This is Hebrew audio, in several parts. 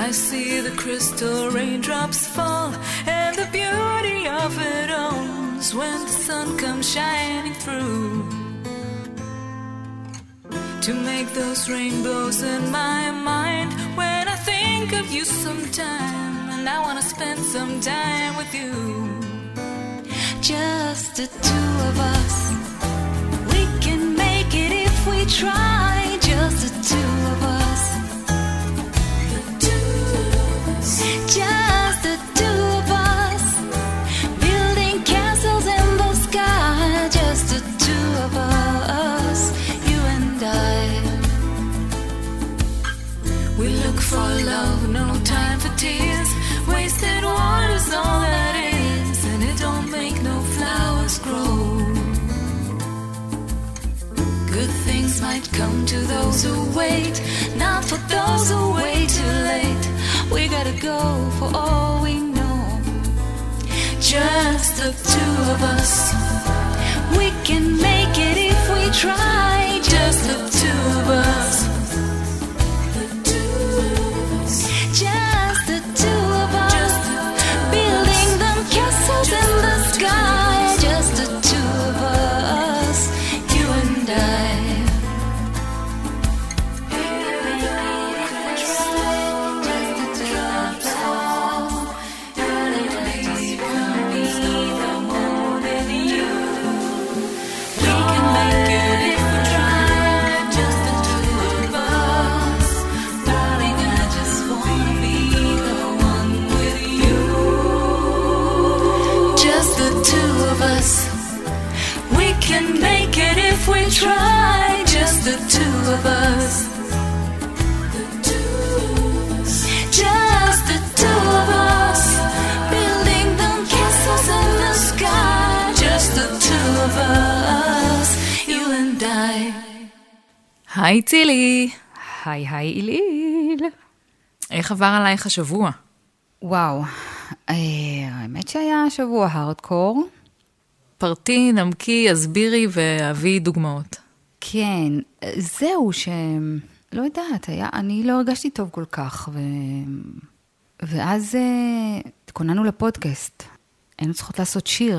I see the crystal raindrops fall, and the beauty of it all is when the sun comes shining through to make those rainbows in my mind. When I think of you sometime, and I want to spend some time with you, just the two of us. We can make it if we try, just the two of us. The two of us. Just the two of us. Building castles in the sky, just the two of us. You and I. We look for love, no time for tears. Wasted water's all that is, and it don't make no flowers grow. Good things might come to those who wait, not for those who wait too late. We gotta go for all we know, just the two of us. We can make it if we try, just the two of us. The two of us. Just the two of us. Building them castles in the sky, just the two of us. You and I. We try, just the two of us. The two of us. Just the two of us. Building them castles in the sky, just the two of us. You and I. היי צילי. היי איליל. איך עבר עלייך השבוע? וואו, האמת שהיה שבוע הארדקור. פרטי, נמקי, הסבירי והביא דוגמאות. כן, זהו לא יודעת, אני לא הרגשתי טוב כל כך, ואז התכוננו לפודקאסט. היינו צריכות לעשות שיר.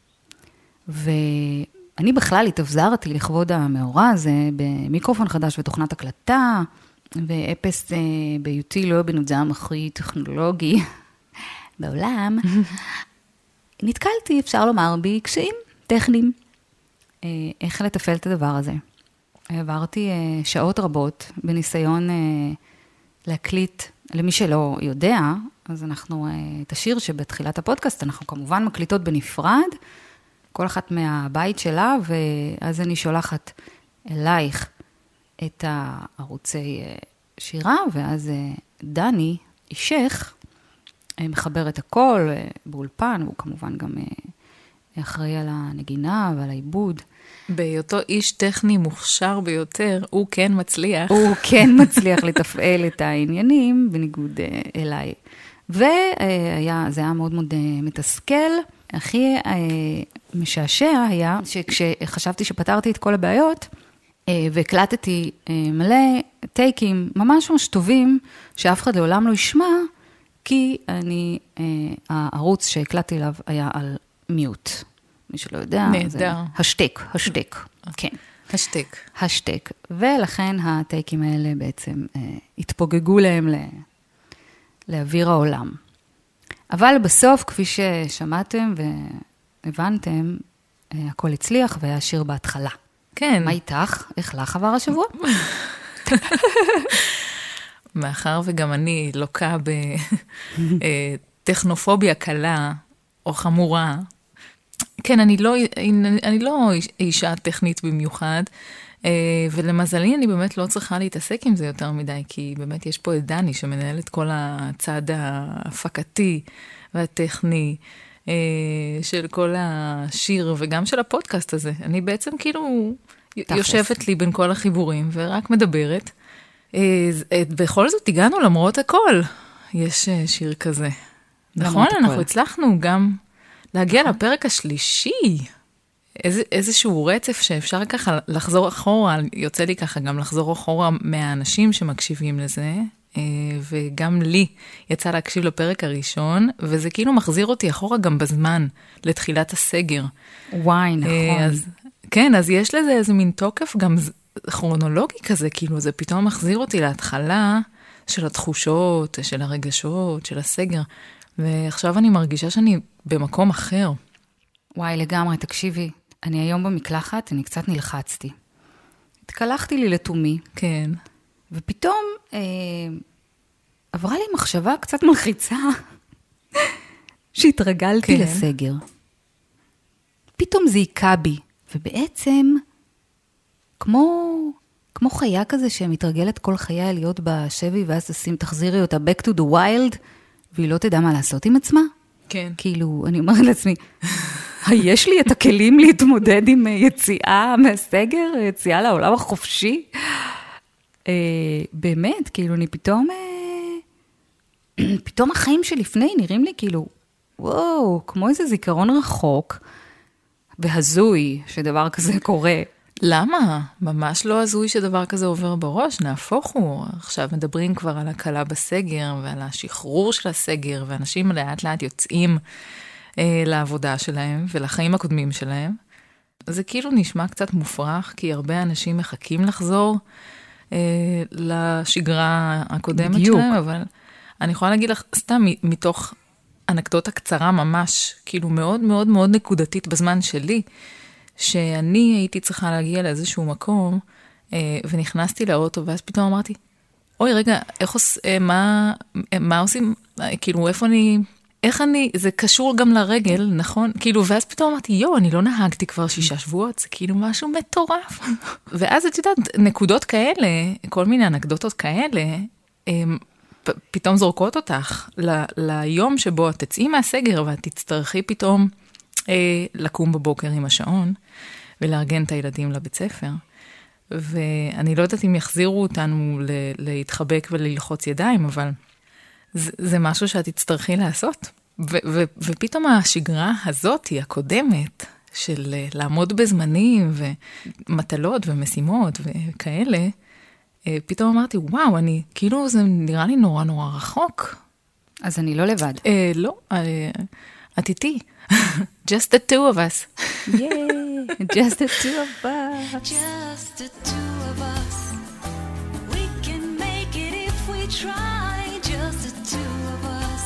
ואני בכלל התאבזרתי לכבוד המאורע הזה, במיקרופון חדש ותוכנת הקלטה, ואפס ביותי לא בנודזם הכי טכנולוגי בעולם. נתקלתי, אפשר לומר, בקשיים טכניים. איך לתפעל את הדבר הזה. עברתי שעות רבות בניסיון להקליט, למי שלא יודע, אז אנחנו, את השיר שבתחילת הפודקאסט, אנחנו כמובן מקליטות בנפרד, כל אחת מהבית שלה, ואז אני שולחת אלייך את הערוצי שירה, ואז דני, אישך, מחבר את הכל באולפן, והוא כמובן גם אחראי על הנגינה ועל העיבוד. בהיותו איש טכני מוכשר ביותר, הוא כן מצליח. הוא כן מצליח לתפעל את העניינים, בניגוד אליי. זה היה מאוד מאוד מתסכל. הכי משעשע היה שכשחשבתי שפתרתי את כל הבעיות, והקלטתי מלא טייקים ממש ממש טובים, שאף אחד לעולם לא ישמע, כי הערוץ שהקלטתי אליו היה על מיוט. מי שלא יודע, נהדר. השטק, כן. השטק. ולכן הטייקים האלה בעצם התפוגגו להם לאוויר העולם. אבל בסוף, כפי ששמעתם והבנתם, הכל הצליח והיה שיר בהתחלה. כן. מה איתך? איך לך עבר השבוע? מאחר וגם אני לוקה בטכנופוביה קלה או חמורה. כן, אני לא אישה טכנית במיוחד, ולמזלי אני באמת לא צריכה להתעסק עם זה יותר מדי, כי באמת יש פה את דני שמנהל את כל הצד ההפקתי והטכני של כל השיר וגם של הפודקאסט הזה. אני בעצם כאילו יושבת לי בין כל החיבורים ורק מדברת. בכל זאת הגענו למרות הכל. יש שיר כזה. נכון, אנחנו הצלחנו גם להגיע לפרק השלישי. איזשהו רצף שאפשר ככה לחזור אחורה, יוצא לי ככה גם לחזור אחורה מהאנשים שמקשיבים לזה, וגם לי יצא להקשיב לפרק הראשון, וזה כאילו מחזיר אותי אחורה גם בזמן, לתחילת הסגר. וואי, נכון. כן, אז יש לזה איזה מין תוקף גם כרונולוגי כזה, כאילו זה פתאום מחזיר אותי להתחלה של התחושות, של הרגשות, של הסגר, ועכשיו אני מרגישה שאני במקום אחר. וואי, לגמרי, תקשיבי, אני היום במקלחת, אני קצת נלחצתי. התקלחתי לי לתומי. כן. ופתאום עברה לי מחשבה קצת מלחיצה, שהתרגלתי לסגר. פתאום זה עיקה בי, ובעצם, כמו חיה כזה שמתרגלת כל חיה להיות בשבי, ואז תחזירי אותה back to the wild, והיא לא תדע מה לעשות עם עצמה. כן. כאילו, אני אומרת לעצמי, יש לי את הכלים להתמודד עם יציאה מהסגר, יציאה לעולם החופשי? באמת, כאילו, אני פתאום החיים שלפני נראים לי כאילו, וואו, כמו איזה זיכרון רחוק, והזוי שדבר כזה קורה. למה? ממש לא הזוי שדבר כזה עובר בראש, נהפוך הוא. עכשיו מדברים כבר על הקלה בסגר, ועל השחרור של הסגר, ואנשים לאט לאט יוצאים לעבודה שלהם, ולחיים הקודמים שלהם. זה כאילו נשמע קצת מופרך, כי הרבה אנשים מחכים לחזור לשגרה הקודמת בדיוק. שלהם, אבל אני יכולה להגיד לך, סתם מתוך אנקדוטה קצרה ממש, כאילו מאוד מאוד מאוד נקודתית בזמן שלי, שאני הייתי צריכה להגיע לאיזשהו מקום, ונכנסתי לאוטו, ואז פתאום אמרתי, אוי רגע, מה עושים, כאילו איך אני, זה קשור גם לרגל, נכון? כאילו, ואז פתאום אמרתי, אני לא נהגתי כבר 6 שבועות, זה כאילו משהו מטורף. ואז את יודעת, נקודות כאלה, כל מיני אנקדוטות כאלה, פתאום זורקות אותך ליום שבו את תצאי מהסגר, ואת תצטרכי פתאום לקום בבוקר עם השעון, ולארגן את הילדים לבית ספר. ואני לא יודעת אם יחזירו אותנו להתחבק וללחוץ ידיים, אבל זה משהו שאת תצטרכי לעשות. ופתאום השגרה הזאת היא הקודמת, של לעמוד בזמנים ומטלות ומשימות וכאלה, פתאום אמרתי, וואו, כאילו זה נראה לי נורא נורא רחוק. אז אני לא לבד. לא, את איתי. Just the two of us. Yay, just the two of us. Just the two of us. We can make it if we try. Just the two of us.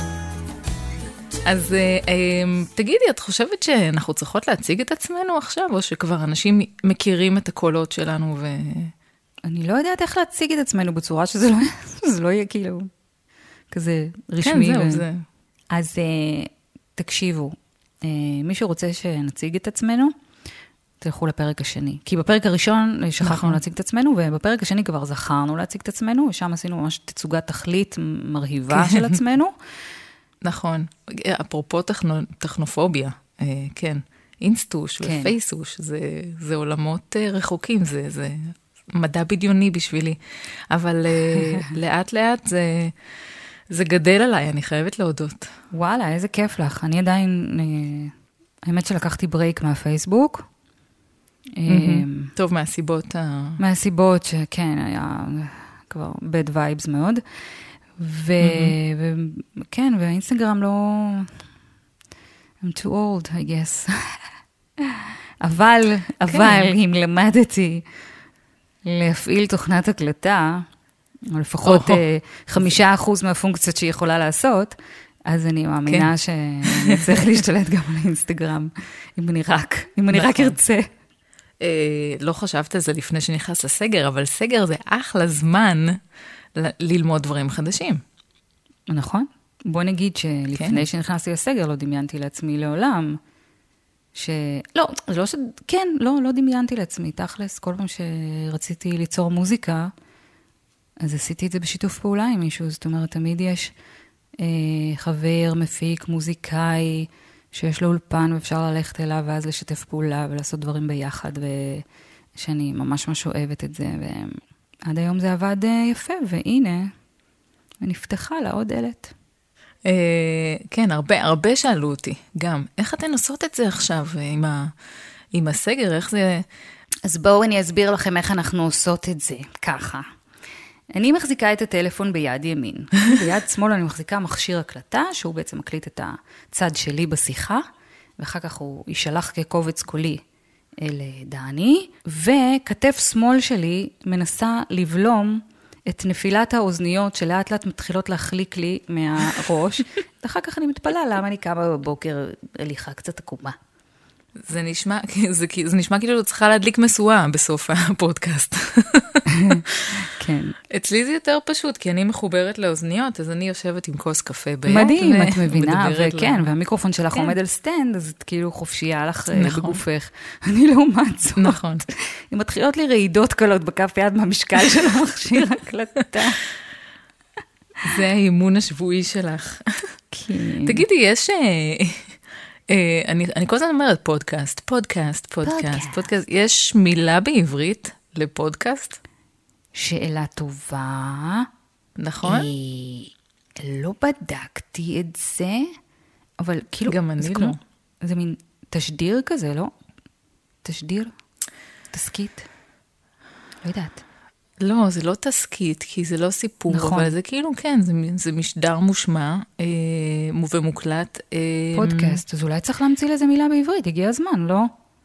אז תגידי, את חושבת שאנחנו צריכות להציג את עצמנו עכשיו, או שכבר אנשים מכירים את הקולות שלנו ו... אני לא יודעת איך להציג את עצמנו בצורה שזה לא יהיה כאילו כזה רשמי. כן, זהו, זה. אז תקשיבו, מי שרוצה שנציג את עצמנו, תלכו לפרק השני. כי בפרק הראשון שכחנו להציג את עצמנו, ובפרק השני כבר זכרנו להציג את עצמנו, ושם עשינו ממש תצוגת תכלית מרהיבה של עצמנו. נכון. אפרופו טכנופוביה, כן. אינסטוש ופייסוש, זה עולמות רחוקים, זה מדע בדיוני בשבילי. אבל לאט לאט זה גדל עליי, אני חייבת להודות. וואלה, איזה כיף לך. אני עדיין, האמת שלקחתי ברייק מהפייסבוק. טוב, מהסיבות מהסיבות שכן, היה כבר bad vibes מאוד. וכן, והאינסטגרם לא... I'm too old, I guess. אבל אם למדתי להפעיל תוכנת הקלטה, או לפחות 5% מהפונקציות שהיא יכולה לעשות, אז אני מאמינה שאני צריך להשתלט גם על האינסטגרם, אם אני רק ארצה. לא חשבת על זה לפני שנכנס לסגר, אבל סגר זה אחלה זמן ללמוד דברים חדשים. נכון. בוא נגיד שלפני שנכנסתי לסגר, לא דמיינתי לעצמי לעולם, לא דמיינתי לעצמי, תכלס, כל פעם שרציתי ליצור מוזיקה, אז עשיתי את זה בשיתוף פעולה עם מישהו, זאת אומרת, תמיד יש חבר, מפיק, מוזיקאי, שיש לו אולפן ואפשר ללכת אליו, ואז לשתף פעולה ולעשות דברים ביחד, ושאני ממש ממש אוהבת את זה, ועד היום זה עבד יפה, והנה, ונפתחה לה עוד דלת. כן, הרבה שאלו אותי, גם, איך אתן עושות את זה עכשיו עם הסגר, איך זה... אז בואו אני אסביר לכם איך אנחנו עושות את זה, ככה. אני מחזיקה את הטלפון ביד ימין. ביד שמאל אני מחזיקה מכשיר הקלטה, שהוא בעצם מקליט את הצד שלי בשיחה, ואחר כך הוא יישלח כקובץ קולי לדני, וכתף שמאל שלי מנסה לבלום את נפילת האוזניות שלאט לאט מתחילות להחליק לי מהראש, ואחר כך אני מתפלאה למה אני קמה בבוקר הליכה קצת עקומה. זה נשמע כאילו צריכה להדליק משואה בסוף הפודקאסט. כן. אצלי זה יותר פשוט, כי אני מחוברת לאוזניות, אז אני יושבת עם כוס קפה ביד. מדהים, את מבינה, וכן, והמיקרופון שלך עומד על סטנד, אז את כאילו חופשייה לך בגופך. אני לעומת זאת. נכון. אם מתחילות לי רעידות קלות בכף יד מהמשקל של המכשיר הקלטה. זה האימון השבועי שלך. כן. תגידי, יש... אני כל הזמן אומרת פודקאסט. יש מילה בעברית לפודקאסט? שאלה טובה. נכון? לא בדקתי את זה, אבל כאילו... גם אני לא. זה מין תשדיר כזה, לא? תשדיר? תסקית? לא יודעת. לא, זה לא תסקית, כי זה לא סיפור, נכון. אבל זה כאילו, כן, זה משדר מושמע ומוקלט. פודקאסט, אז אולי צריך להמציא לזה מילה בעברית, הגיע הזמן, לא?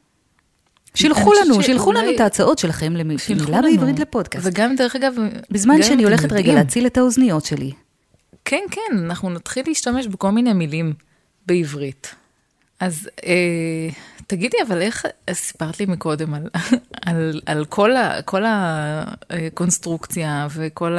שילחו לנו את ההצעות שלכם למילה בעברית לפודקאסט. וגם דרך אגב... בזמן שאני הולכת רגע להציל את האוזניות שלי. כן, אנחנו נתחיל להשתמש בכל מיני מילים בעברית. אז תגידי, אבל איך סיפרת לי מקודם על כל הקונסטרוקציה וכל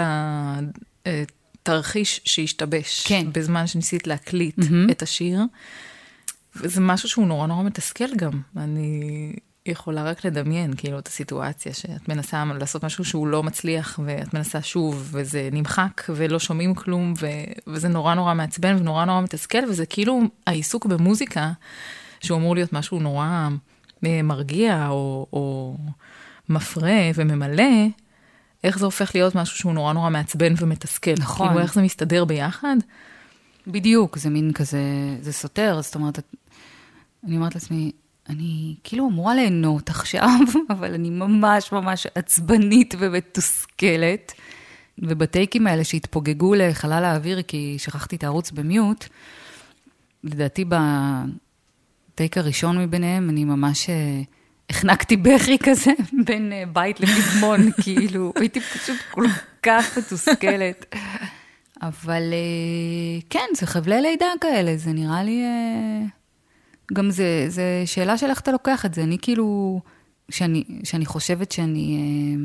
התרחיש שהשתבש בזמן שניסית להקליט את השיר, וזה משהו שהוא נורא נורא מתסכל גם. אני יכולה רק לדמיין כאילו את הסיטואציה שאת מנסה לעשות משהו שהוא לא מצליח, ואת מנסה שוב, וזה נמחק, ולא שומעים כלום, וזה נורא נורא מעצבן ונורא נורא מתסכל, וזה כאילו העיסוק במוזיקה, שהוא אמור להיות משהו נורא מרגיע או מפרה וממלא, איך זה הופך להיות משהו שהוא נורא נורא מעצבן ומתסכל. נכון. כאילו איך זה מסתדר ביחד? בדיוק, זה מין כזה, זה סותר, זאת אומרת, אני אומרת לעצמי, אני כאילו אמורה ליהנות עכשיו, אבל אני ממש ממש עצבנית ומתוסכלת, ובטייקים האלה שהתפוגגו לחלל האוויר, כי שכחתי את הערוץ במיוט, לדעתי בטייק הראשון מביניהם, אני ממש החנקתי בכי כזה, בין בית לפזמון, כאילו, הייתי פשוט כל כך מתוסכלת. אבל כן, זה חבלי לידה כאלה, זה נראה לי... גם זה שאלה של איך אתה לוקח את זה. אני כאילו, שאני חושבת שאני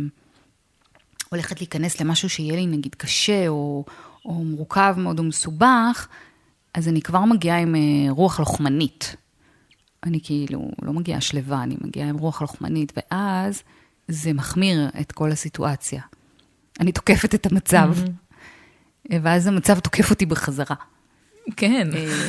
הולכת להיכנס למשהו שיהיה לי נגיד קשה, או מורכב מאוד או מסובך, אז אני כבר מגיעה עם רוח לוחמנית. אני כאילו לא מגיעה שלווה, אני מגיעה עם רוח לוחמנית, ואז זה מחמיר את כל הסיטואציה. אני תוקפת את המצב, ואז המצב תוקף אותי בחזרה. כן.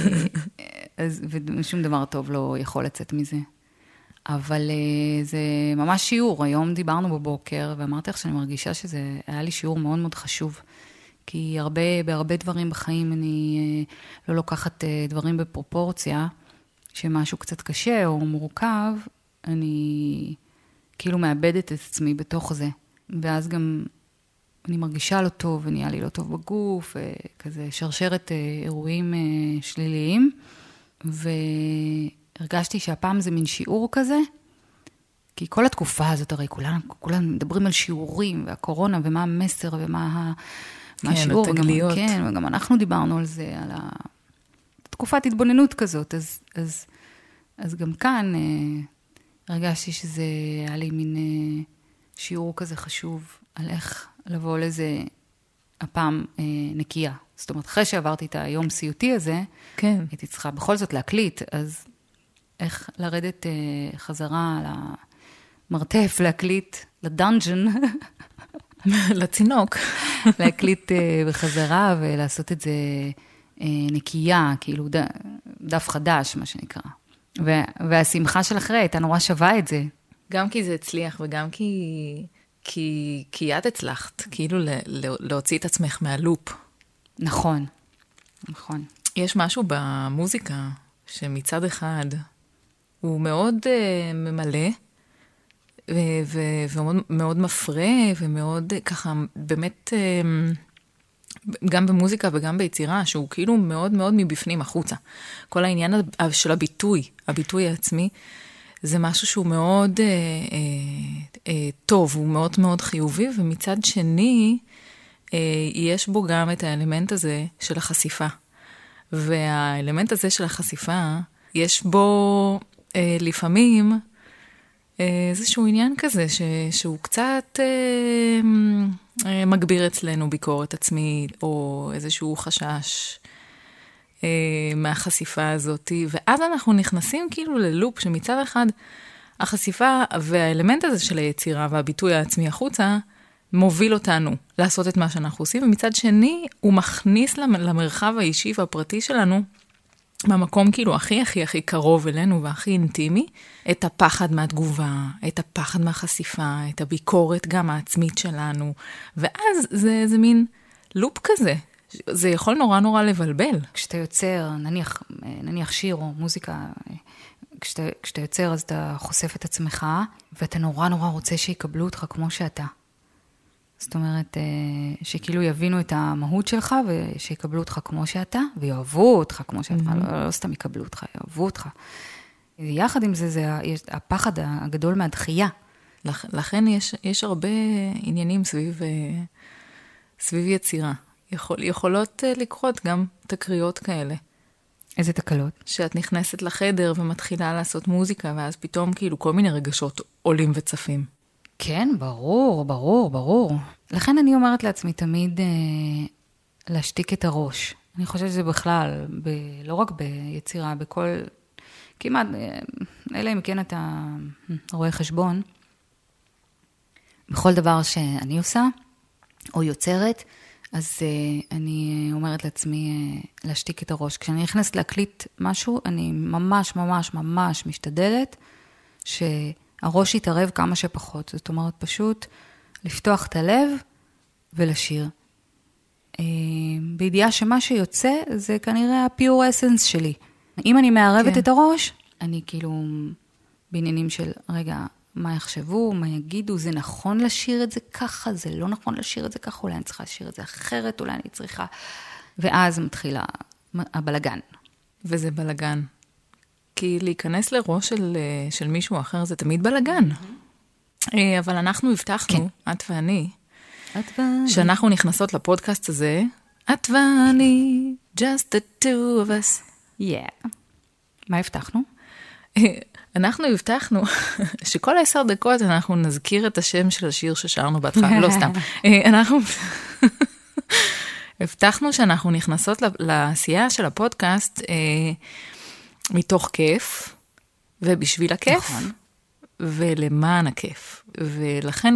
ושום דבר טוב לא יכול לצאת מזה. אבל זה ממש שיעור. היום דיברנו בבוקר, ואמרתי לך שאני מרגישה שזה היה לי שיעור מאוד מאוד חשוב. כי בהרבה דברים בחיים אני לא לוקחת דברים בפרופורציה, שמשהו קצת קשה או מורכב, אני כאילו מאבדת את עצמי בתוך זה. ואז גם אני מרגישה לא טוב, ונהיה לי לא טוב בגוף, כזה שרשרת אירועים שליליים, והרגשתי שהפעם זה מין שיעור כזה, כי כל התקופה הזאת, הרי כולם מדברים על שיעורים, והקורונה, ומה המסר, ומה השיעור. כן, התגליות. כן, וגם אנחנו דיברנו על זה, על תקופת התבוננות כזאת, אז גם כאן הרגשתי שזה היה לי מין שיעור כזה חשוב, על איך לבוא לזה הפעם נקייה. זאת אומרת, אחרי שעברתי את היום סיוטי הזה, כן. הייתי צריכה בכל זאת להקליט, אז איך לרדת חזרה למרתף, להקליט לדאנג'ן, לצינוק. להקליט בחזרה ולעשות את זה נקייה, כאילו דף חדש, מה שנקרא. והשמחה של אחרי הייתה נורא שווה את זה. גם כי זה הצליח, וגם כי את הצלחת, כאילו להוציא את עצמך מהלופ. נכון, נכון. יש משהו במוזיקה שמצד אחד הוא מאוד ממלא, ומאוד מפרה, ומאוד ככה, באמת, גם במוזיקה וגם ביצירה, שהוא כאילו מאוד מאוד מבפנים החוצה. כל העניין של הביטוי העצמי, זה משהו שהוא מאוד טוב, הוא מאוד מאוד חיובי, ומצד שני, יש בו גם את האלמנט הזה של החשיפה. והאלמנט הזה של החשיפה, יש בו לפעמים איזשהו עניין כזה, שהוא קצת מגביר אצלנו ביקורת עצמית, או איזשהו חשש מהחשיפה הזאת, ואז אנחנו נכנסים כאילו ללופ שמצד אחד החשיפה והאלמנט הזה של היצירה והביטוי העצמי החוצה, מוביל אותנו לעשות את מה שאנחנו עושים, ומצד שני הוא מכניס למרחב האישי והפרטי שלנו, במקום כאילו הכי קרוב אלינו והכי אינטימי, את הפחד מהתגובה, את הפחד מהחשיפה, את הביקורת גם העצמית שלנו, ואז זה מין לופ כזה, זה יכול נורא נורא לבלבל. כשאתה יוצר, נניח שיר או מוזיקה, כשאתה יוצר אז אתה חושף את עצמך, ואתה נורא נורא רוצה שיקבלו אותך כמו שאתה. זאת אומרת, שכאילו יבינו את המהות שלך, ושיקבלו אותך כמו שאתה, ויאהבו אותך כמו שאתה, לא סתם יקבלו אותך, יאהבו אותך. יחד עם זה, זה הפחד הגדול מהדחייה. לכן יש הרבה עניינים סביב יצירה. יכולות לקרות גם תקריות כאלה. איזה תקלות? שאת נכנסת לחדר ומתחילה לעשות מוזיקה, ואז פתאום כאילו כל מיני רגשות עולים וצפים. כן, ברור. לכן אני אומרת לעצמי תמיד להשתיק את הראש. אני חושבת שזה בכלל, לא רק ביצירה, בכל, כמעט, אלא אם כן אתה רואה חשבון, בכל דבר שאני עושה, או יוצרת, אז אני אומרת לעצמי להשתיק את הראש. כשאני נכנסת להקליט משהו, אני ממש משתדלת שהראש יתערב כמה שפחות. זאת אומרת, פשוט לפתוח את הלב ולשיר. בידיעה שמה שיוצא זה כנראה הפיור אסנס שלי. אם אני מערבת את הראש, אני כאילו בעניינים של, רגע, מה יחשבו, מה יגידו, זה נכון לשיר את זה ככה, זה לא נכון לשיר את זה ככה, אולי אני צריכה לשיר את זה אחרת, אולי אני צריכה, ואז מתחילה הבלגן. וזה בלגן. כי להיכנס לראש של מישהו אחר זה תמיד בלגן. אבל אנחנו הבטחנו, את ואני, שאנחנו נכנסות לפודקאסט הזה, את ואני, just the two of us. מה הבטחנו? אנחנו הבטחנו שכל 10 דקות אנחנו נזכיר את השם של השיר ששרנו בהתחלה, לא סתם. אנחנו הבטחנו שאנחנו נכנסות לעשייה של הפודקאסט מתוך כיף, ובשביל הכיף, ולמען הכיף. ולכן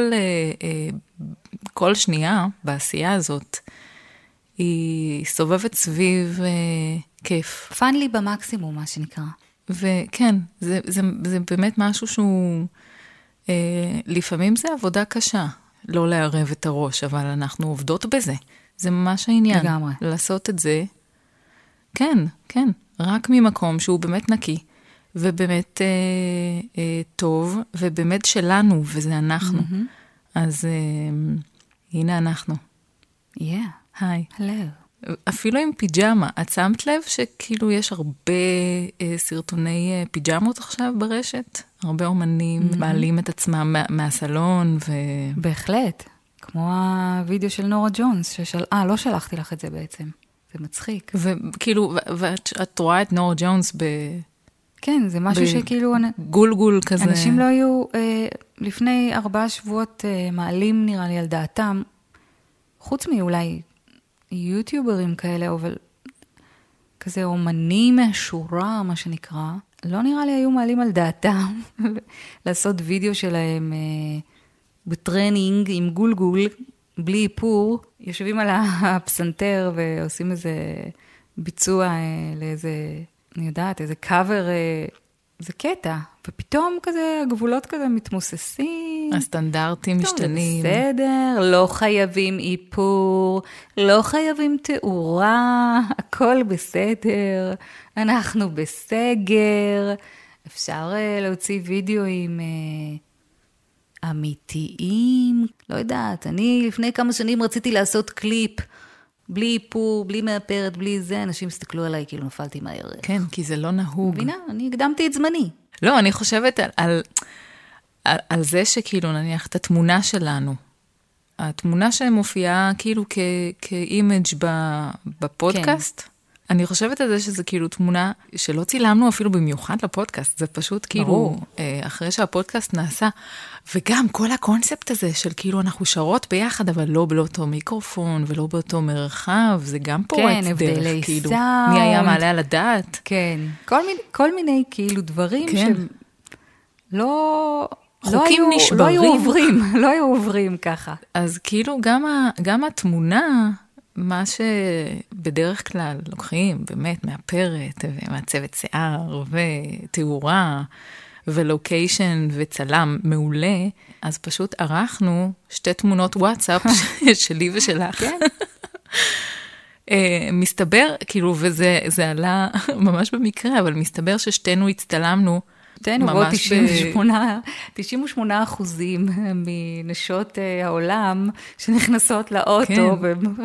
כל שנייה בעשייה הזאת, היא סובבת סביב כיף. פאנלי במקסימום, מה שנקרא. וכן, זה באמת משהו שהוא, לפעמים זה עבודה קשה, לא לערב את הראש, אבל אנחנו עובדות בזה. זה ממש העניין. לגמרי. לעשות את זה, כן, רק ממקום שהוא באמת נקי, ובאמת טוב, ובאמת שלנו, וזה אנחנו. אז הנה אנחנו. היי. Hello. אפילו עם פיג'מה, את שמת לב שכאילו יש הרבה סרטוני פיג'מות עכשיו ברשת? הרבה אומנים מעלים את עצמם מהסלון בהחלט. כמו הווידאו של נורה ג'ונס, לא שלחתי לך את זה בעצם. זה מצחיק. וכאילו, ואת רואה את נורה ג'ונס כן, זה משהו שכאילו גולגול כזה. אנשים לא היו, לפני 4 שבועות מעלים נראה לי על דעתם, חוץ מאולי יוטיוברים כאלה, אבל כזה אומנים מהשורה, מה שנקרא, לא נראה לי היו מעלים על דעתם לעשות וידאו שלהם בטרנינג עם גולגול, בלי איפור, יושבים על הפסנתר ועושים איזה ביצוע לאיזה, אני יודעת, איזה קאבר, זה קטע, ופתאום כזה הגבולות כזה מתמוססים. הסטנדרטים משתנים. בסדר, לא חייבים איפור, לא חייבים תאורה, הכל בסדר, אנחנו בסגר, אפשר להוציא וידאו עם אמיתיים, לא יודעת, אני לפני כמה שנים רציתי לעשות קליפ, בלי איפור, בלי מאפרת, בלי זה, אנשים הסתכלו עליי כאילו נפלתי מהערך. כן, כי זה לא נהוג. מבינה? אני הקדמתי את זמני. לא, אני חושבת על זה שכאילו נניח את התמונה שלנו, התמונה שמופיעה כאילו כאימג' בפודקאסט, כן. אני חושבת על זה שזה כאילו תמונה שלא צילמנו אפילו במיוחד לפודקאסט, זה פשוט כאילו אחרי שהפודקאסט נעשה, וגם כל הקונספט הזה של כאילו אנחנו שרות ביחד, אבל לא באותו מיקרופון ולא באותו מרחב, זה גם פורץ כן, דרך, כאילו, מי היה מעלה על הדעת. כן, כל מיני כאילו דברים כן. שהם לא... חוקים נשברים. לא היו עוברים ככה. אז כאילו גם התמונה, מה שבדרך כלל לוקחים באמת מאפרת ומעצבת שיער ותאורה ולוקיישן וצלם מעולה, אז פשוט ערכנו 2 תמונות וואטסאפ שלי ושלך. כן. מסתבר, כאילו, וזה עלה ממש במקרה, אבל מסתבר ששתינו הצטלמנו ממש 98% מנשות העולם שנכנסות לאוטו,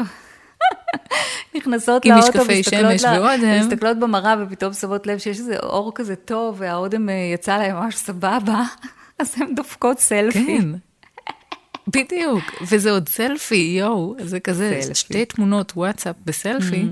נכנסות לאוטו, מסתכלות במראה ופתאום שמות לב שיש איזה אור כזה טוב, והאודם יצא להם ממש סבבה, אז הן דופקות סלפי. כן, בדיוק, וזה עוד סלפי, יואו, זה כזה 2 תמונות וואטסאפ בסלפי,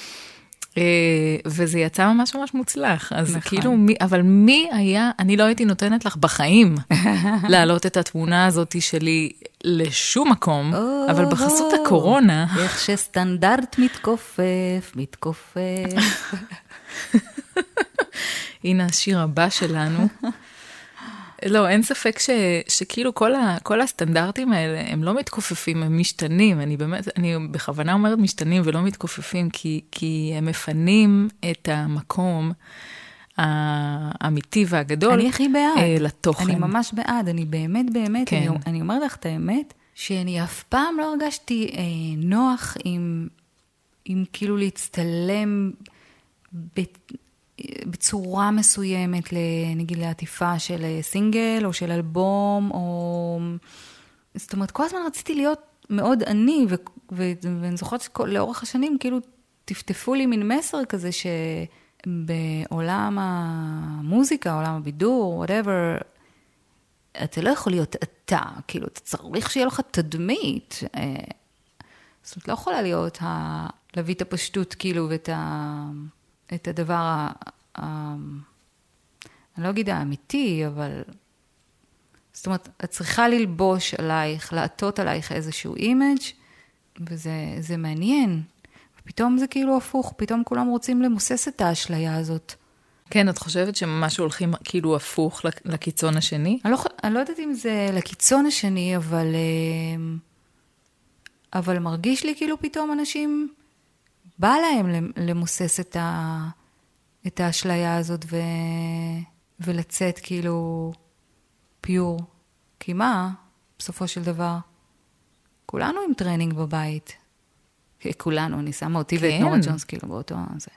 וזה יצא ממש ממש מוצלח, אז כאילו, אבל מי היה, אני לא הייתי נותנת לך בחיים להעלות את התמונה הזאת שלי לשום מקום, אבל בחסות הקורונה... איך שסטנדרט מתכופף. הנה השיר הבא שלנו. לא, אין ספק שכאילו כל הסטנדרטים האלה, הם לא מתכופפים, הם משתנים. אני בכוונה אומרת משתנים ולא מתכופפים, כי הם מפנים את המקום האמיתי והגדול לתוכן. אני הכי בעד. אני ממש בעד, אני באמת, כן. אני אומרת לך את האמת, שאני אף פעם לא הרגשתי נוח עם כאילו להצטלם בצורה מסוימת, נגיד לעטיפה של סינגל או של אלבום, או... זאת אומרת, כל הזמן רציתי להיות מאוד עני, ואני זוכרת שלאורך השנים, כאילו, טפטפו לי מין מסר כזה, שבעולם המוזיקה, עולם הבידור, whatever, אתה לא יכול להיות אתה, כאילו, אתה צריך שיהיה לך תדמית. זאת אומרת, לא יכולה להיות, להביא את הפשטות, כאילו, את הדבר, אני לא אגיד האמיתי, אבל, זאת אומרת, את צריכה ללבוש עלייך, לעטות עלייך איזשהו אימג', וזה מעניין. ופתאום זה כאילו הפוך, פתאום כולם רוצים למוסס את האשליה הזאת. כן, את חושבת שממש הולכים כאילו הפוך לקיצון השני? אני לא יודעת אם זה לקיצון השני, אבל מרגיש לי כאילו פתאום אנשים... בא להם למוסס את האשליה הזאת ולצאת כאילו פיור. כי מה? בסופו של דבר, כולנו עם טרנינג בבית. כולנו, אני שמה אותי ואת נורה ג'ונס כאילו באותו הזה.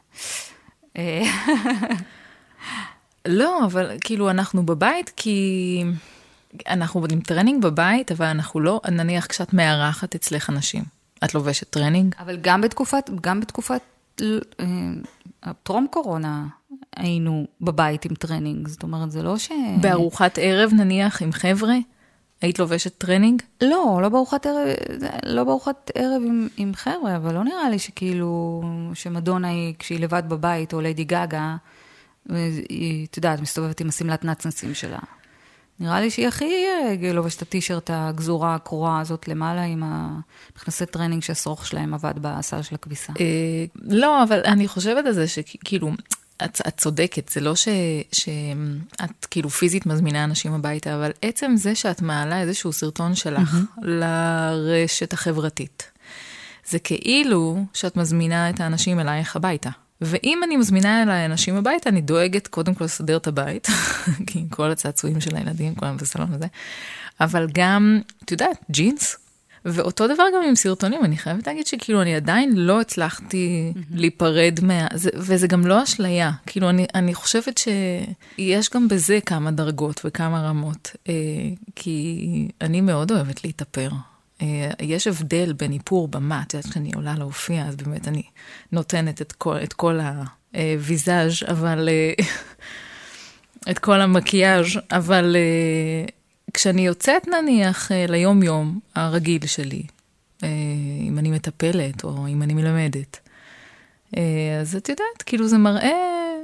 לא, אבל כאילו אנחנו בבית כי אנחנו עם טרנינג בבית, אבל אנחנו לא, נניח כשאת מארחת אצלך אנשים. את לובשת טרנינג? אבל גם בתקופת טרום קורונה היינו בבית עם טרנינג, זאת אומרת, זה לא ש... בארוחת ערב נניח עם חבר'ה, היית לובשת טרנינג? לא בארוחת ערב עם חבר'ה, אבל לא נראה לי שכאילו, שמדונה היא, כשהיא לבד בבית, או ליידי גגה, היא, אתה יודעת, מסתובבת עם הסמלת נצנסים שלה. נראה לי שהיא הכי לובשת את הטישרט הגזורה, הקרורה הזאת למעלה, עם המכנסי טרנינג שהשרוך שלהם עבד בסל של הכביסה. לא, אבל אני חושבת על זה שכאילו, את צודקת, זה לא שאת כאילו פיזית מזמינה אנשים הביתה, אבל עצם זה שאת מעלה איזשהו סרטון שלך לרשת החברתית, זה כאילו שאת מזמינה את האנשים אלייך הביתה. ואם אני מזמינה אליי אנשים הביתה, אני דואגת קודם כל לסדר את הבית, כי עם כל הצעצועים של הילדים, כולם בסלון הזה, אבל גם, את יודעת, ג'ינס, ואותו דבר גם עם סרטונים, אני חייבת להגיד שכאילו אני עדיין לא הצלחתי להיפרד וזה גם לא אשליה. כאילו אני חושבת שיש גם בזה כמה דרגות וכמה רמות, כי אני מאוד אוהבת להתאפר. יש הבדל בין איפור במה, את יודעת כשאני עולה להופיע, אז באמת אני נותנת את כל הוויזאז', אבל את כל המקיאז', אבל כשאני יוצאת נניח ליום יום הרגיל שלי, אם אני מטפלת או אם אני מלמדת, אז את יודעת, כאילו זה מראה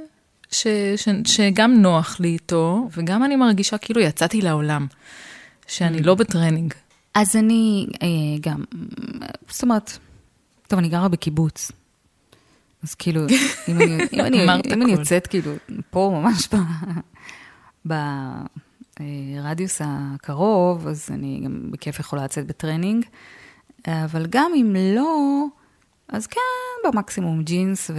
שגם נוח לי איתו, וגם אני מרגישה כאילו יצאתי לעולם, שאני לא בטרנינג. אז אני גם, זאת אומרת, טוב, אני גרה בקיבוץ. אז כאילו, אם אני יוצאת כאילו פה ממש ברדיוס הקרוב, אז אני גם בכיף יכולה לצאת בטרנינג. אבל גם אם לא, אז כן, במקסימום ג'ינס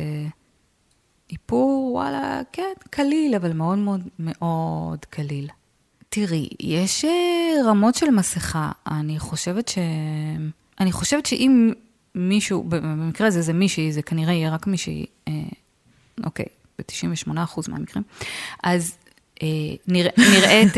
ואיפור, וואלה, כן, קליל, אבל מאוד מאוד מאוד קליל. תראי, יש רמות של מסכה. אני חושבת שאם מישהו, במקרה הזה זה מישהי, זה כנראה יהיה רק מישהי, אוקיי, ב-98% מהמקרים, אז נראית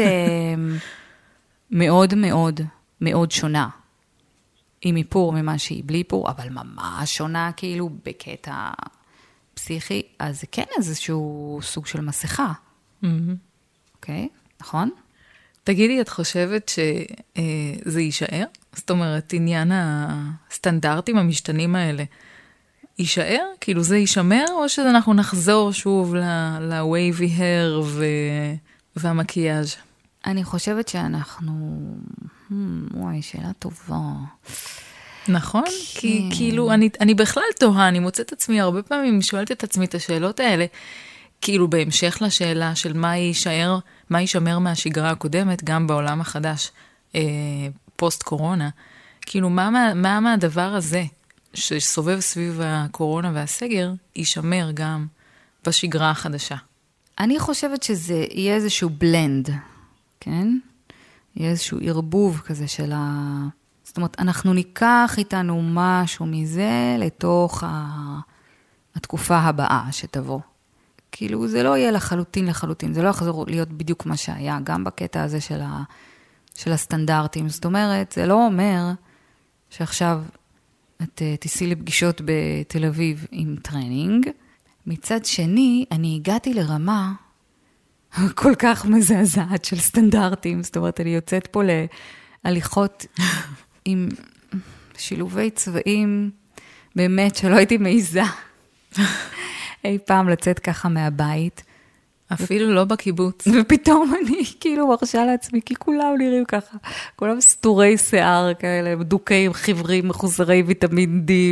מאוד מאוד מאוד שונה, עם איפור ממה שהיא בלי איפור, אבל ממש שונה כאילו בקטע פסיכי, אז זה כן איזשהו סוג של מסכה. אוקיי, נכון? תגידי, את חושבת שזה יישאר? זאת אומרת, עניין הסטנדרטים המשתנים האלה, יישאר? כאילו זה יישמר, או שאנחנו נחזור שוב ל-wavy hair והמקיאז'? אני חושבת שאנחנו... וואי, שאלה טובה. נכון? כי כאילו, אני בכלל תוהה, אני מוצאת עצמי הרבה פעמים, שואלת את עצמי את השאלות האלה, כאילו בהמשך לשאלה של מה יישמר מהשגרה הקודמת, גם בעולם החדש, פוסט קורונה, כאילו מה מהדבר הזה שסובב סביב הקורונה והסגר, יישמר גם בשגרה החדשה? אני חושבת שזה יהיה איזשהו בלנד, כן? יהיה איזשהו ערבוב כזה של זאת אומרת, אנחנו ניקח איתנו משהו מזה לתוך התקופה הבאה שתבוא. כאילו זה לא יהיה לחלוטין, זה לא יחזור להיות בדיוק מה שהיה, גם בקטע הזה של הסטנדרטים. זאת אומרת, זה לא אומר שעכשיו את תיסעי לפגישות בתל אביב עם טרנינג. מצד שני, אני הגעתי לרמה כל כך מזעזעת של סטנדרטים. זאת אומרת, אני יוצאת פה להליכות עם שילובי צבעים, באמת שלא הייתי מעיזה אי פעם לצאת ככה מהבית. אפילו לא בקיבוץ. ופתאום אני כאילו מרשה לעצמי, כי כולם נראים ככה, כולם סתורי שיער כאלה, דוקאים, חיוורים, מחוסרי ויטמין D,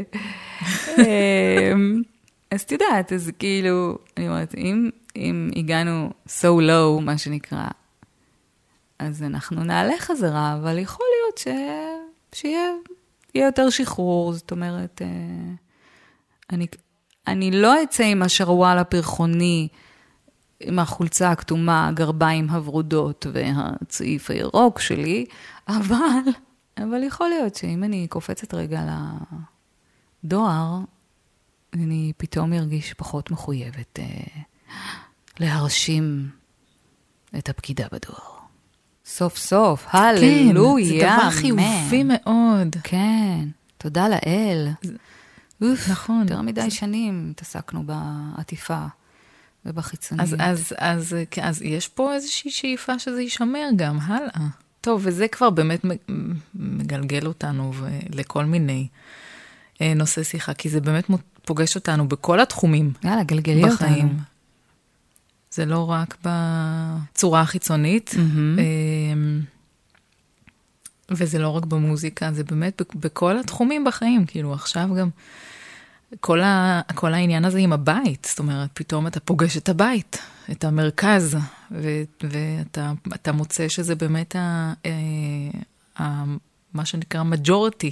אז תדעת, אז כאילו, אני אומרת, אם הגענו so low, מה שנקרא, אז אנחנו נעלה חזרה, אבל יכול להיות שיהיה יותר שחרור, זאת אומרת, אני לא אצא עם השרוואל הפרחוני, עם החולצה הכתומה, הגרביים הוורודות והצעיף הירוק שלי, אבל יכול להיות שאם אני קופצת רגע לדואר, אני פתאום ארגיש פחות מחויבת להרשים את הפקידה בדואר. סוף סוף, הללויה. כן, זה דבר חיובי מאוד. כן, תודה לאל. נכון. יותר מדי שנים התעסקנו בעטיפה ובחיצוניות. אז יש פה איזושהי שאיפה שזה יישמר גם הלאה. טוב, וזה כבר באמת מגלגל אותנו לכל מיני נושא שיחה, כי זה באמת פוגש אותנו בכל התחומים. יאללה, גלגלי בחיים. אותנו. זה לא רק בצורה החיצונית, וזה לא רק במוזיקה, זה באמת בכל התחומים בחיים, כאילו עכשיו גם כל העניין הזה עם הבית, זאת אומרת, פתאום אתה פוגש את הבית, את המרכז, ואתה מוצא שזה באמת מה שנקרא majority,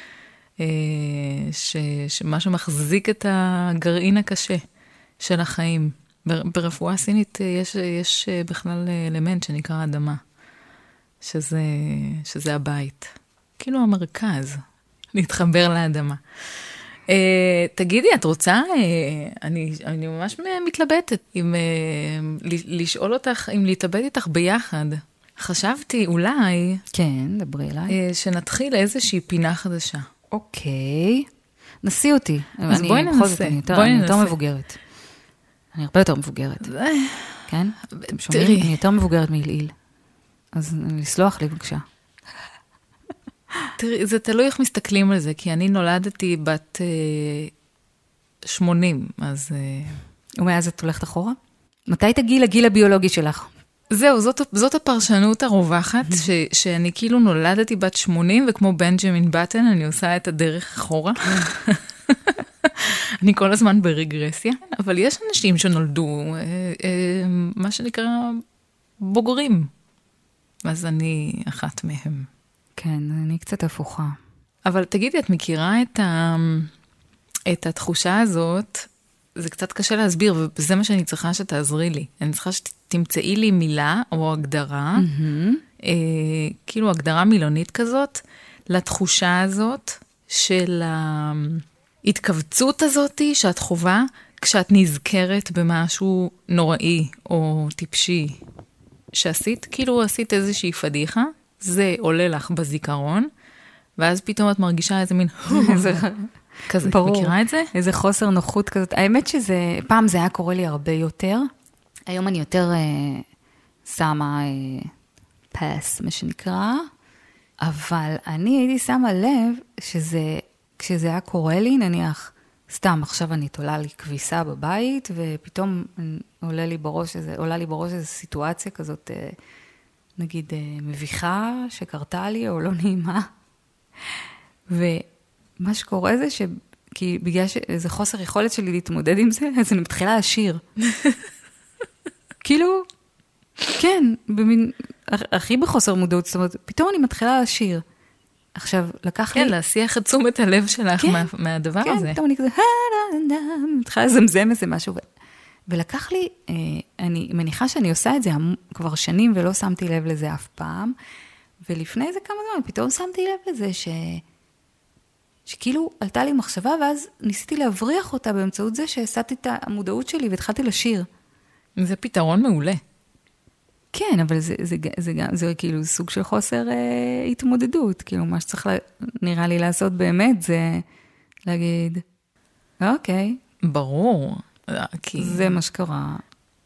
שמה שמחזיק את הגרעין הקשה של החיים. ברפואה סינית יש בכלל אלמנט שנקרא אדמה, שזה הבית. כאילו המרכז, להתחבר לאדמה. תגידי, את רוצה, אני ממש מתלבטת, לשאול אותך, אם להתאבד איתך ביחד. חשבתי אולי, כן, דברי אליי. שנתחיל איזושהי פינה חדשה. אוקיי. נסי אותי. אז בואי ננסה. אני יותר מבוגרת. אני הרבה יותר מבוגרת. כן? אתם שומעים? אני יותר מבוגרת מעיל. אז לסלוח לי בבקשה. תראי, זה תלוי איך מסתכלים על זה, כי אני נולדתי בת 80, אז... ומאז את הולכת אחורה? מתי תגיעי לגיל הביולוגי שלך? זהו, זאת הפרשנות הרווחת, שאני כאילו נולדתי בת 80, וכמו בנג'מין בטן, אני עושה את הדרך אחורה. אני כל הזמן ברגרסיה, אבל יש אנשים שנולדו, מה שנקרא, בוגרים. אז אני אחת מהם. כן, אני קצת הפוכה. אבל תגידי, את מכירה את התחושה הזאת, זה קצת קשה להסביר, וזה מה שאני צריכה שתעזרי לי. אני צריכה שתמצאי לי מילה או הגדרה, כאילו הגדרה מילונית כזאת, לתחושה הזאת של ההתכווצות הזאת שאת חובה, כשאת נזכרת במשהו נוראי או טיפשי שעשית, כאילו עשית איזושהי פדיחה, זה עולה לך בזיכרון, ואז פתאום את מרגישה איזה מין... כזה, ברור. מכירה את זה? איזה חוסר נוחות כזאת. האמת שזה, פעם זה היה קורה לי הרבה יותר. היום אני יותר שמה פס, מה שנקרא. אבל אני הייתי שמה לב שזה, כשזה היה קורה לי, נניח, סתם, עכשיו אני תולה לי כביסה בבית, ופתאום עולה לי בראש איזו סיטואציה כזאת, נגיד, מביכה שקרתה לי, או לא נעימה. מה שקורה זה כי בגלל שזה חוסר יכולת שלי להתמודד עם זה, אז אני מתחילה לשיר. כאילו, כן, הכי בחוסר מודעות, זאת אומרת, פתאום אני מתחילה לשיר. עכשיו, לקח לי... כן, להשיח את תשומת הלב שלך מהדבר הזה. כן, פתאום אני כזה, מתחילה לזמזם איזה משהו. ולקח לי, אני מניחה שאני עושה את זה כבר שנים, ולא שמתי לב לזה אף פעם, ולפני איזה כמה זמן, פתאום שמתי לב לזה שכאילו עלתה לי מחשבה, ואז ניסיתי להבריח אותה באמצעות זה שהסעתי את המודעות שלי והתחלתי לשיר. זה פתרון מעולה. כן, אבל זה כאילו סוג של חוסר התמודדות. כאילו מה שצריך נראה לי לעשות באמת זה להגיד, אוקיי. ברור. כי... זה מה שקרה.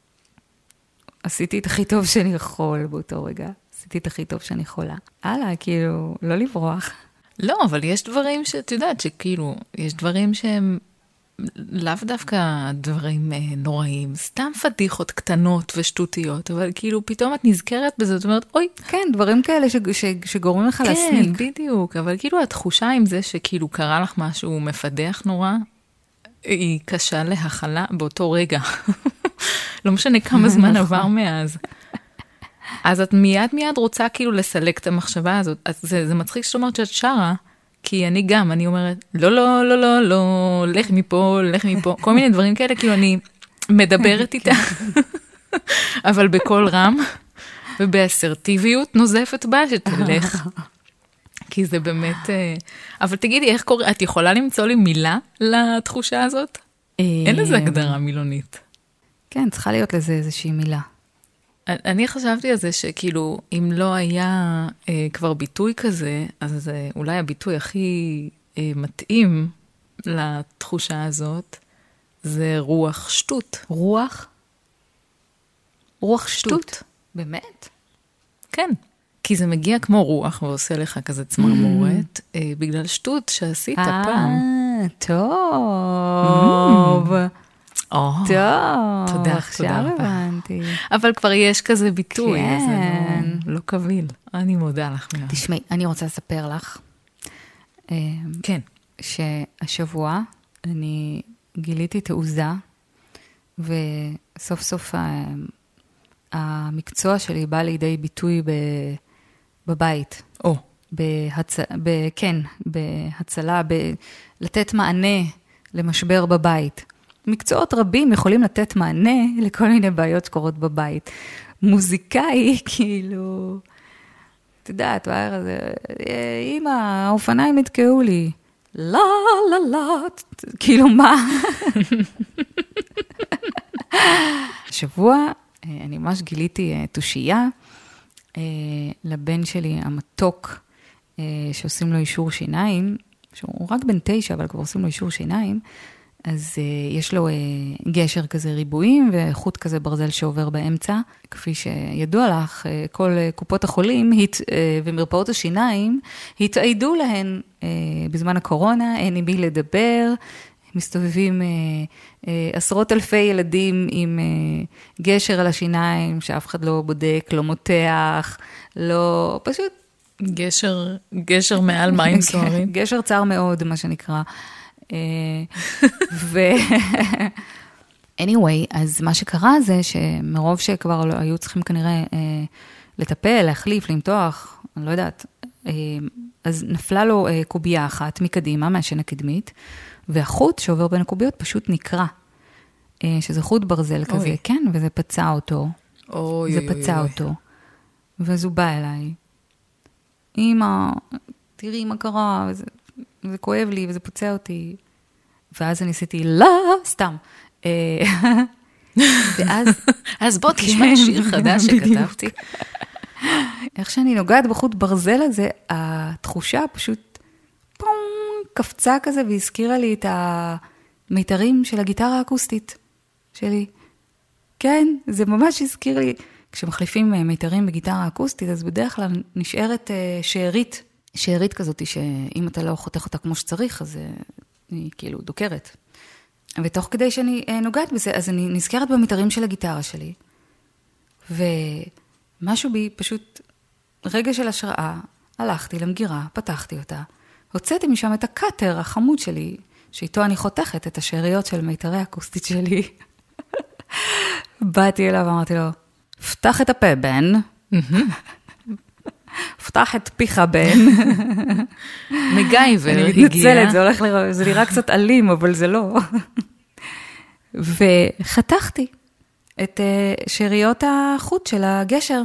עשיתי את הכי טוב שאני יכול באותו רגע. עשיתי את הכי טוב שאני יכולה. הלאה, כאילו, לא לברוח. לא, אבל יש דברים שאת יודעת שכאילו, יש דברים שהם לאו דווקא דברים נוראים, סתם פדיחות קטנות ושטותיות, אבל כאילו פתאום את נזכרת בזה, זאת אומרת, אוי. כן, דברים כאלה שגורמים לך להסניק. כן, בדיוק, אבל כאילו התחושה עם זה שכאילו קרה לך משהו מפדח נורא, היא קשה להכלה באותו רגע. לא משנה כמה זמן עבר מאז. אז את מיד רוצה כאילו לסלק את המחשבה הזאת. אז זה מצחיק שאת אומרת שאת שרה, כי אני אומרת, לא, לך מפה, כל מיני דברים כאלה, כאילו אני מדברת איתה, אבל בקול רם, ובאסרטיביות נוזפת בה, שתלך. כי זה באמת... אבל תגידי, איך קורה? את יכולה למצוא לי מילה לתחושה הזאת? אין לזה הגדרה מילונית. כן, צריכה להיות לזה איזושהי מילה. אני חשבתי על זה שכאילו, אם לא היה כבר ביטוי כזה, אז אולי הביטוי הכי מתאים לתחושה הזאת, זה רוח שטות. רוח? רוח שטות? באמת? כן. כי זה מגיע כמו רוח, ועושה לך כזה צמרמורת, בגלל שטות שעשית פעם. טוב. טוב. תודה רבה. הבנתי. אבל כבר יש כזה ביטוי, אז זה לא קביל. אני מודה לך. תשמעי, אני רוצה לספר לך. כן. שהשבוע אני גיליתי תעוזה, וסוף סוף המקצוע שלי בא לידי ביטוי בבית. כן, בהצלה, לתת מענה למשבר בבית. מקצועות רבים יכולים לתת מענה לכל מיני בעיות שקורות בבית. מוזיקאי, כאילו, את יודעת, בערב הזה, אמא, האופניים נתקעו לי. לא, לא, לא, כאילו מה? השבוע אני ממש גיליתי תושייה לבן שלי המתוק, שעושים לו אישור שיניים, שהוא רק בן 9, אבל כבר עושים לו אישור שיניים, אז יש לו גשר כזה ריבועים, וחוט כזה ברזל שעובר באמצע. כפי שידוע לך, כל קופות החולים ומרפאות השיניים התעידו להן בזמן הקורונה, אין עם מי לדבר, מסתובבים עשרות אלפי ילדים עם גשר על השיניים, שאף אחד לא בודק, לא מותח, לא, פשוט... גשר מעל מים סוערים. גשר צר מאוד, מה שנקרא. anyway, אז מה שקרה זה שמרוב שכבר היו צריכים כנראה לטפל, להחליף, למתוח, אני לא יודעת, אז נפלה לו קובייה אחת מקדימה, מהשן הקדמית, והחוט שעובר בין הקוביות פשוט נקרע, שזה חוט ברזל כזה, כן, וזה פצע אותו, זה פצע אותו, ואז הוא בא אליי, אמא, תראי מה קרה, זה כואב לי וזה פוצע אותי. ואז אני עשיתי, לא, סתם. אז בוא תשמע שיר חדש שכתבתי. איך שאני נוגעת בחוט ברזל הזה, התחושה פשוט פום, קפצה כזה והזכירה לי את המיתרים של הגיטרה האקוסטית שלי. כן, זה ממש הזכיר לי. כשמחליפים מיתרים בגיטרה אקוסטית, אז בדרך כלל נשארת שארית כזאת, שאם אתה לא חותך אותה כמו שצריך, אז היא כאילו דוקרת. ותוך כדי שאני נוגעת בזה, אז אני נזכרת במיתרים של הגיטרה שלי, ומשהו בי פשוט רגע של השראה, הלכתי למגירה, פתחתי אותה, הוצאתי משם את הקאטר החמוד שלי, שאיתו אני חותכת את השאריות של מיתרי האקוסטית שלי. באתי אליו ואמרתי לו, פתח את הפה, בן. פתח את פיך, בן. מגייבר הגיע. אני מתנצלת, זה נראה קצת אלים, אבל זה לא. וחתכתי את שאריות החוט של הגשר.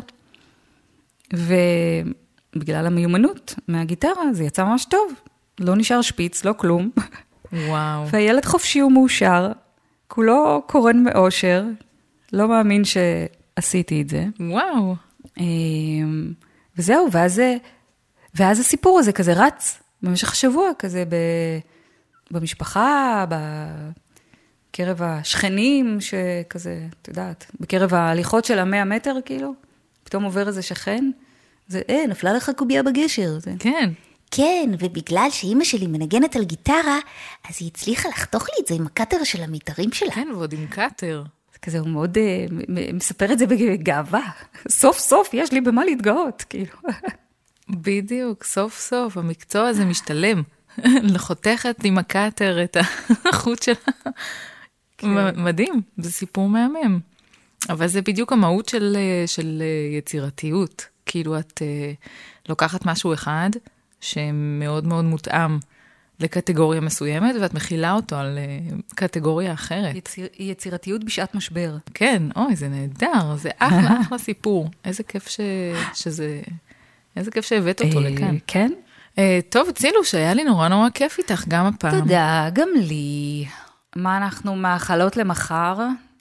ובגלל המיומנות מהגיטרה, זה יצא ממש טוב. לא נשאר שפיץ, לא כלום. וואו. והילד חופשי ומאושר, כולו קורן מאושר, לא מאמין שעשיתי את זה. וואו. וזהו, ואז הסיפור הזה כזה רץ במשך השבוע, כזה במשפחה, בקרב השכנים, שכזה, את יודעת, בקרב ההליכות של 100 מטר, כאילו, פתאום עובר איזה שכן, זה, נפלה לך קוביה בגשר. זה. כן. כן, ובגלל שאימא שלי מנגנת על גיטרה, אז היא הצליחה לחתוך לי את זה עם הקאטר של המיתרים שלה. כן, ועוד עם קאטר. כזה, הוא מאוד מספר את זה בגאווה. סוף סוף יש לי במה להתגאות, כאילו. בדיוק, סוף סוף, המקצוע הזה משתלם. לחותכת עם הקאטר את החוט שלה. מדהים, זה סיפור מהמם. אבל זה בדיוק המהות של יצירתיות. כאילו את לוקחת משהו אחד, שמאוד מאוד מותאם לקטגוריה מסוימת, ואת מכילה אותו על קטגוריה אחרת. יצירתיות בשעת משבר. כן, אוי, זה נהדר, זה אחלה, אחלה סיפור. איזה כיף איזה כיף שהבאת אותו לכאן. כן. טוב, צילו, שהיה לי נורא נורא כיף איתך גם הפעם. תודה, גם לי. מה אנחנו מאכלות למחר?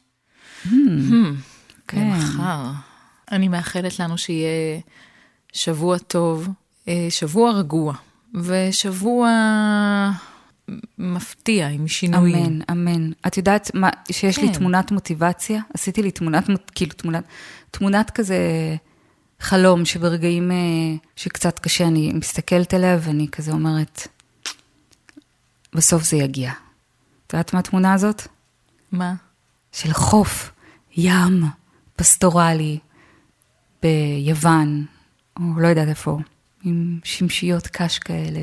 למחר. אני מאחלת לנו שיהיה שבוע טוב, שבוע רגוע, ושבוע מפתיע עם שינויים. אמן, אמן. את יודעת שיש לי תמונת מוטיבציה? עשיתי לי תמונת כזה חלום, שברגעים שקצת קשה אני מסתכלת עליה, ואני כזה אומרת, בסוף זה יגיע. את יודעת מה התמונה הזאת? מה? של חוף, ים, פסטורלי, ביוון, או לא יודעת איפה, עם שמשיות קש כאלה.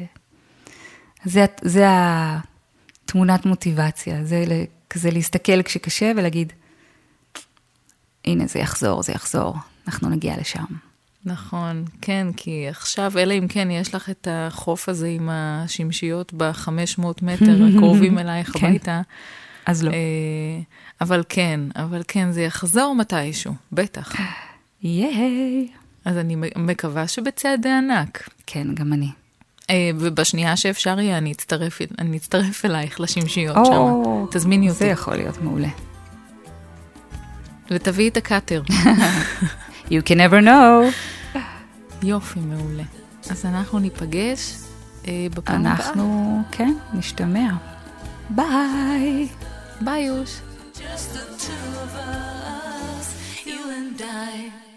זה התמונת מוטיבציה, זה כזה להסתכל כשקשה ולהגיד, הנה זה יחזור, אנחנו נגיע לשם. נכון, כן, כי עכשיו, אלא אם כן, יש לך את החוף הזה עם השמשיות ב-500 מטר הקרובים אלייך הביתה. אז לא. אבל כן, זה יחזור מתישהו, בטח. ייי. אז אני מקווה שבצעדי ענק. כן, גם אני. ובשנייה שאפשר יהיה, אני אצטרף אלייך לשמשיות שם. תזמיני אותי. זה יכול להיות מעולה. ותביאי את הקאטר. You can never know. יופי, מעולה. אז אנחנו ניפגש בפעם הבאה. אנחנו, כן, נשתמע. ביי. ביי יוש. Just the two of us, you and I.